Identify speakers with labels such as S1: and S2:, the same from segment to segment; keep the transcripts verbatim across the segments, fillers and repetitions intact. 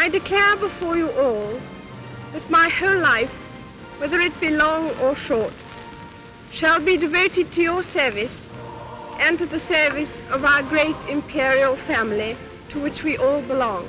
S1: I declare before you all that my whole life, whether it be long or short, shall be devoted to your service and to the service of our great imperial family to which we all belong.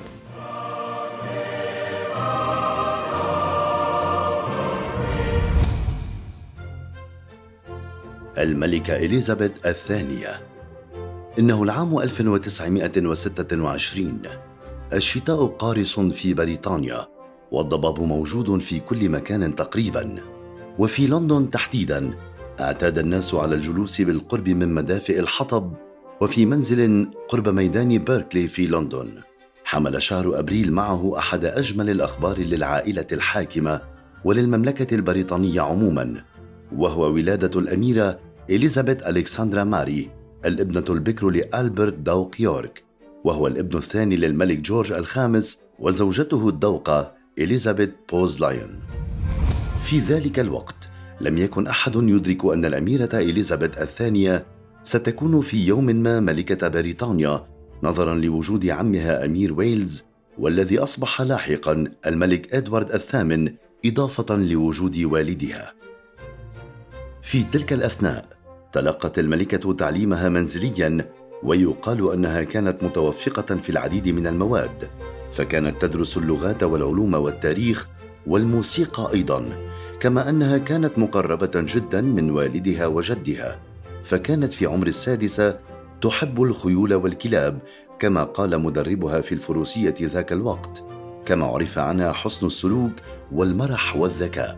S2: الملكة إليزابيث الثانية. إنه العام ألف وتسعمائة وستة وعشرين. الشتاء قارس في بريطانيا، والضباب موجود في كل مكان تقريباً، وفي لندن تحديداً اعتاد الناس على الجلوس بالقرب من مدافئ الحطب وفي منزل قرب ميدان بيركلي في لندن. حمل شهر أبريل معه أحد أجمل الأخبار للعائلة الحاكمة وللمملكة البريطانية عموماً، وهو ولادة الأميرة إليزابيث ألكسندرا ماري، الابنة البكر لألبرت دوق يورك، وهو الابن الثاني للملك جورج الخامس وزوجته الدوقة إليزابيث بوزلاين. في ذلك الوقت لم يكن أحد يدرك أن الأميرة إليزابيث الثانية ستكون في يوم ما ملكة بريطانيا، نظراً لوجود عمها أمير ويلز، والذي أصبح لاحقاً الملك إدوارد الثامن، إضافة لوجود والدها. في تلك الأثناء تلقت الملكة تعليمها منزلياً، ويقال أنها كانت متوفقة في العديد من المواد، فكانت تدرس اللغات والعلوم والتاريخ والموسيقى أيضاً، كما أنها كانت مقربة جداً من والدها وجدها، فكانت في عمر السادسة تحب الخيول والكلاب، كما قال مدربها في الفروسية ذاك الوقت، كما عرف عنها حسن السلوك والمرح والذكاء.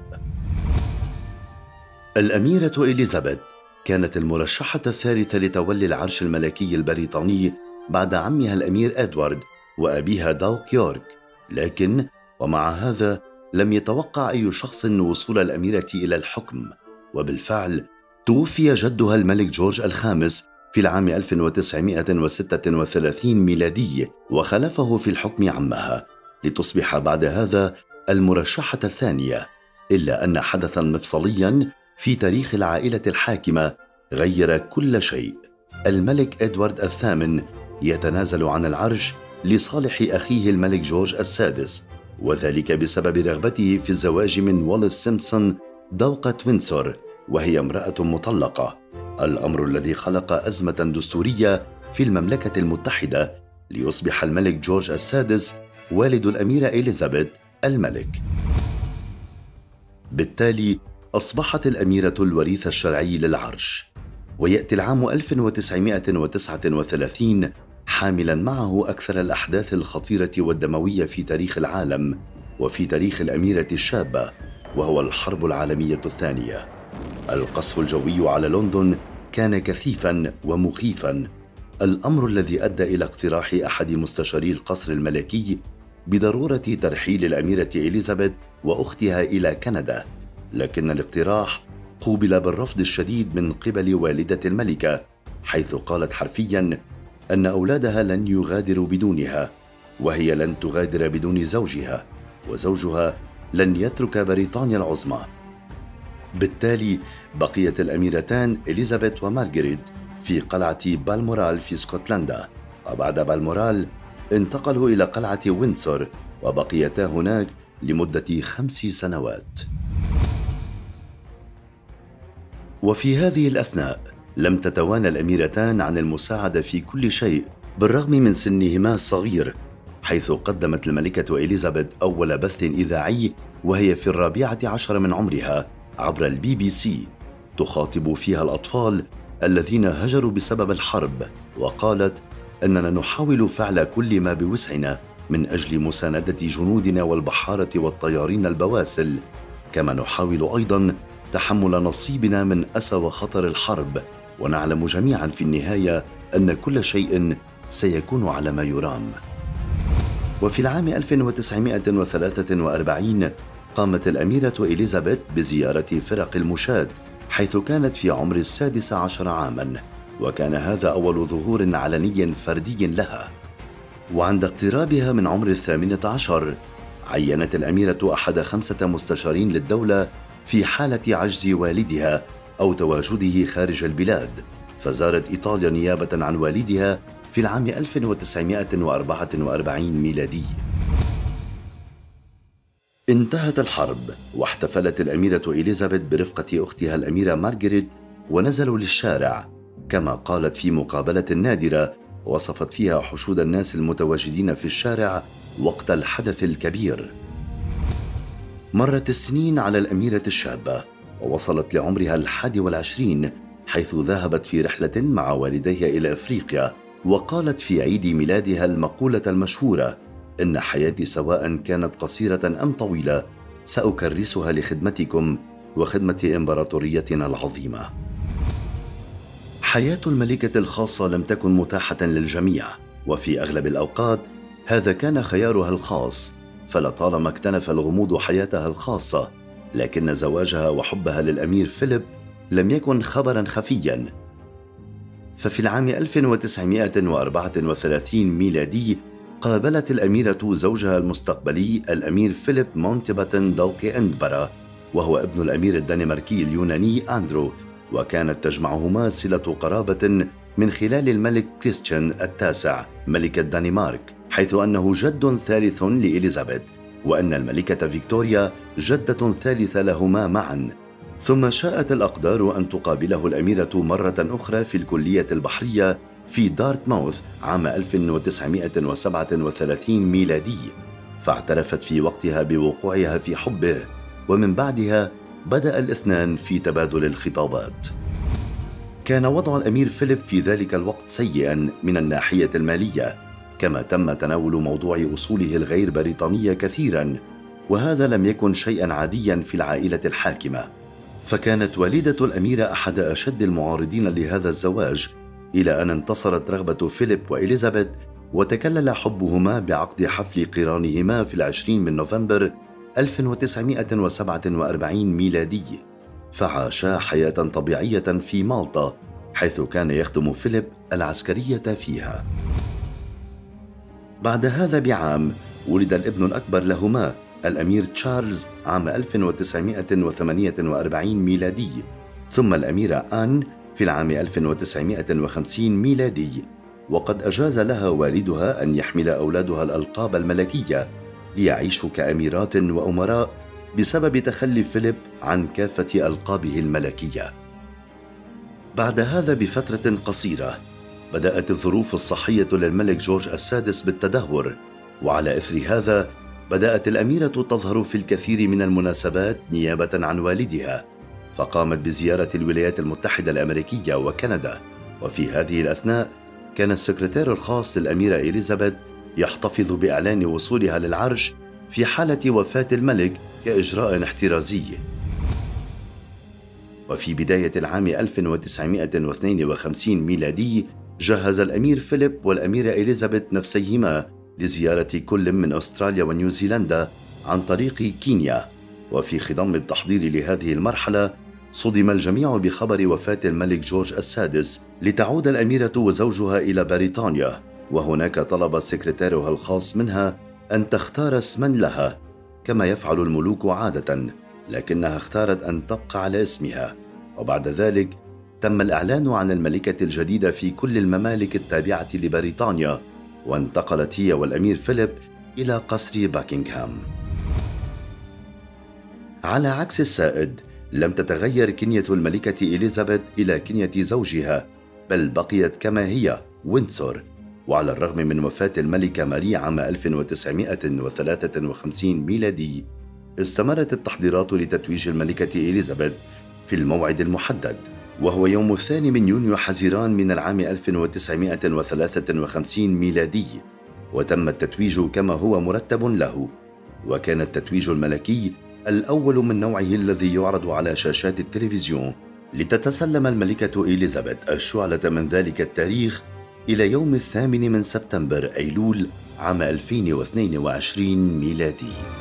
S2: الأميرة إليزابيث كانت المرشحة الثالثة لتولي العرش الملكي البريطاني بعد عمها الأمير إدوارد وأبيها دوق يورك، لكن ومع هذا لم يتوقع أي شخص وصول الأميرة إلى الحكم، وبالفعل توفي جدها الملك جورج الخامس في العام ألف وتسعمائة وستة وثلاثين ميلادي، وخلفه في الحكم عمها لتصبح بعد هذا المرشحة الثانية. إلا أن حدثاً مفصلياً في تاريخ العائلة الحاكمة غير كل شيء. الملك إدوارد الثامن يتنازل عن العرش لصالح أخيه الملك جورج السادس، وذلك بسبب رغبته في الزواج من واليس سيمبسون دوقة ويندسور، وهي امرأة مطلقة، الأمر الذي خلق أزمة دستورية في المملكة المتحدة ليصبح الملك جورج السادس والد الأميرة إليزابيث الملك. بالتالي أصبحت الأميرة الوريث الشرعي للعرش. ويأتي العام ألف وتسعمائة وتسعة وثلاثين حاملاً معه أكثر الأحداث الخطيرة والدموية في تاريخ العالم وفي تاريخ الأميرة الشابة، وهو الحرب العالمية الثانية. القصف الجوي على لندن كان كثيفاً ومخيفاً، الأمر الذي أدى إلى اقتراح أحد مستشاري القصر الملكي بضرورة ترحيل الأميرة إليزابيث وأختها إلى كندا، لكن الاقتراح قوبل بالرفض الشديد من قبل والدة الملكة، حيث قالت حرفياً أن أولادها لن يغادروا بدونها، وهي لن تغادر بدون زوجها، وزوجها لن يترك بريطانيا العظمى. بالتالي بقيت الأميرتان إليزابيث ومارغريت في قلعة بالمورال في اسكتلندا، وبعد بالمورال انتقلوا إلى قلعة ويندسور وبقيتا هناك لمدة خمس سنوات. وفي هذه الأثناء لم تتوانى الأميرتان عن المساعدة في كل شيء بالرغم من سنهما الصغير، حيث قدمت الملكة إليزابيث أول بث إذاعي وهي في الرابعة عشر من عمرها عبر البي بي سي، تخاطب فيها الأطفال الذين هجروا بسبب الحرب، وقالت أننا نحاول فعل كل ما بوسعنا من أجل مساندة جنودنا والبحارة والطيارين البواسل، كما نحاول أيضاً تحمل نصيبنا من أسى وخطر الحرب، ونعلم جميعاً في النهاية أن كل شيء سيكون على ما يرام. وفي العام ألف وتسعمائة وثلاثة وأربعين قامت الأميرة إليزابيث بزيارة فرق المشاة، حيث كانت في عمر السادس عشر عاماً، وكان هذا أول ظهور علني فردي لها. وعند اقترابها من عمر الثامنة عشر عينت الأميرة أحد خمسة مستشارين للدولة في حالة عجز والدها أو تواجده خارج البلاد، فزارت إيطاليا نيابة عن والدها في العام ألف وتسعمائة وأربعة وأربعين ميلادي. انتهت الحرب واحتفلت الأميرة إليزابيث برفقة أختها الأميرة مارغريت ونزلوا للشارع، كما قالت في مقابلة نادرة وصفت فيها حشود الناس المتواجدين في الشارع وقت الحدث الكبير. مرت السنين على الأميرة الشابة ووصلت لعمرها الحادي والعشرين، حيث ذهبت في رحلة مع والديها إلى أفريقيا، وقالت في عيد ميلادها المقولة المشهورة: إن حياتي سواء كانت قصيرة أم طويلة سأكرسها لخدمتكم وخدمة إمبراطوريتنا العظيمة. حياة الملكة الخاصة لم تكن متاحة للجميع، وفي أغلب الأوقات هذا كان خيارها الخاص، فلطالما اكتنف الغموض حياتها الخاصة، لكن زواجها وحبها للأمير فيليب لم يكن خبرا خفيا. ففي العام ألف وتسعمائة وأربعة وثلاثين ميلادي قابلت الأميرة زوجها المستقبلي الأمير فيليب مونتباتن دوكي إندبرا، وهو ابن الأمير الدنماركي اليوناني أندرو، وكانت تجمعهما صلة قرابة من خلال الملك كريستيان التاسع ملك الدنمارك، حيث أنه جد ثالث لإليزابيث، وأن الملكة فيكتوريا جدة ثالثة لهما معا. ثم شاءت الأقدار أن تقابله الأميرة مرة أخرى في الكلية البحرية في دارتماوث عام ألف وتسعمائة وسبعة وثلاثين ميلادي، فاعترفت في وقتها بوقوعها في حبه، ومن بعدها بدأ الاثنان في تبادل الخطابات. كان وضع الأمير فيليب في ذلك الوقت سيئا من الناحية المالية، كما تم تناول موضوع أصوله الغير بريطانية كثيرا، وهذا لم يكن شيئا عاديا في العائلة الحاكمة. فكانت والدة الأميرة أحد أشد المعارضين لهذا الزواج، إلى أن انتصرت رغبة فيليب وإليزابيث وتكلل حبهما بعقد حفل قرانهما في العشرين من نوفمبر ألف وتسعمائة وسبعة وأربعين ميلادي، فعاشا حياة طبيعية في مالطا، حيث كان يخدم فيليب العسكرية فيها. بعد هذا بعام ولد الابن الأكبر لهما الأمير تشارلز عام ألف وتسعمائة وثمانية وأربعين ميلادي، ثم الأميرة آن في العام ألف وتسعمائة وخمسين ميلادي، وقد أجاز لها والدها أن يحمل أولادها الألقاب الملكية ليعيشوا كأميرات وأمراء بسبب تخلي فيليب عن كافة ألقابه الملكية. بعد هذا بفترة قصيرة بدأت الظروف الصحية للملك جورج السادس بالتدهور، وعلى إثر هذا بدأت الأميرة تظهر في الكثير من المناسبات نيابة عن والدها، فقامت بزيارة الولايات المتحدة الأمريكية وكندا. وفي هذه الأثناء كان السكرتير الخاص للأميرة إليزابيث يحتفظ بإعلان وصولها للعرش في حالة وفاة الملك كإجراء احترازي. وفي بداية العام ألف وتسعمائة واثنين وخمسين ميلادي جهز الأمير فيليب والأميرة إليزابيث نفسيهما لزيارة كل من أستراليا ونيوزيلندا عن طريق كينيا. وفي خضم التحضير لهذه المرحلة صدم الجميع بخبر وفاة الملك جورج السادس، لتعود الأميرة وزوجها إلى بريطانيا، وهناك طلب سكرتيرها الخاص منها أن تختار اسما لها كما يفعل الملوك عادة، لكنها اختارت أن تبقى على اسمها. وبعد ذلك تم الإعلان عن الملكة الجديدة في كل الممالك التابعة لبريطانيا، وانتقلت هي والأمير فيليب إلى قصر باكنغهام. على عكس السائد، لم تتغير كنية الملكة إليزابيث إلى كنية زوجها، بل بقيت كما هي ويندسور. وعلى الرغم من وفاة الملكة ماري عام ألف وتسعمائة وثلاثة وخمسين ميلادي، استمرت التحضيرات لتتويج الملكة إليزابيث في الموعد المحدد، وهو يوم الثاني من يونيو حزيران من العام ألف وتسعمائة وثلاثة وخمسين ميلادي، وتم التتويج كما هو مرتب له. وكان التتويج الملكي الأول من نوعه الذي يعرض على شاشات التلفزيون، لتتسلم الملكة إليزابيث الشعلة من ذلك التاريخ إلى يوم الثامن من سبتمبر أيلول عام ألفين واثنين وعشرين ميلادي.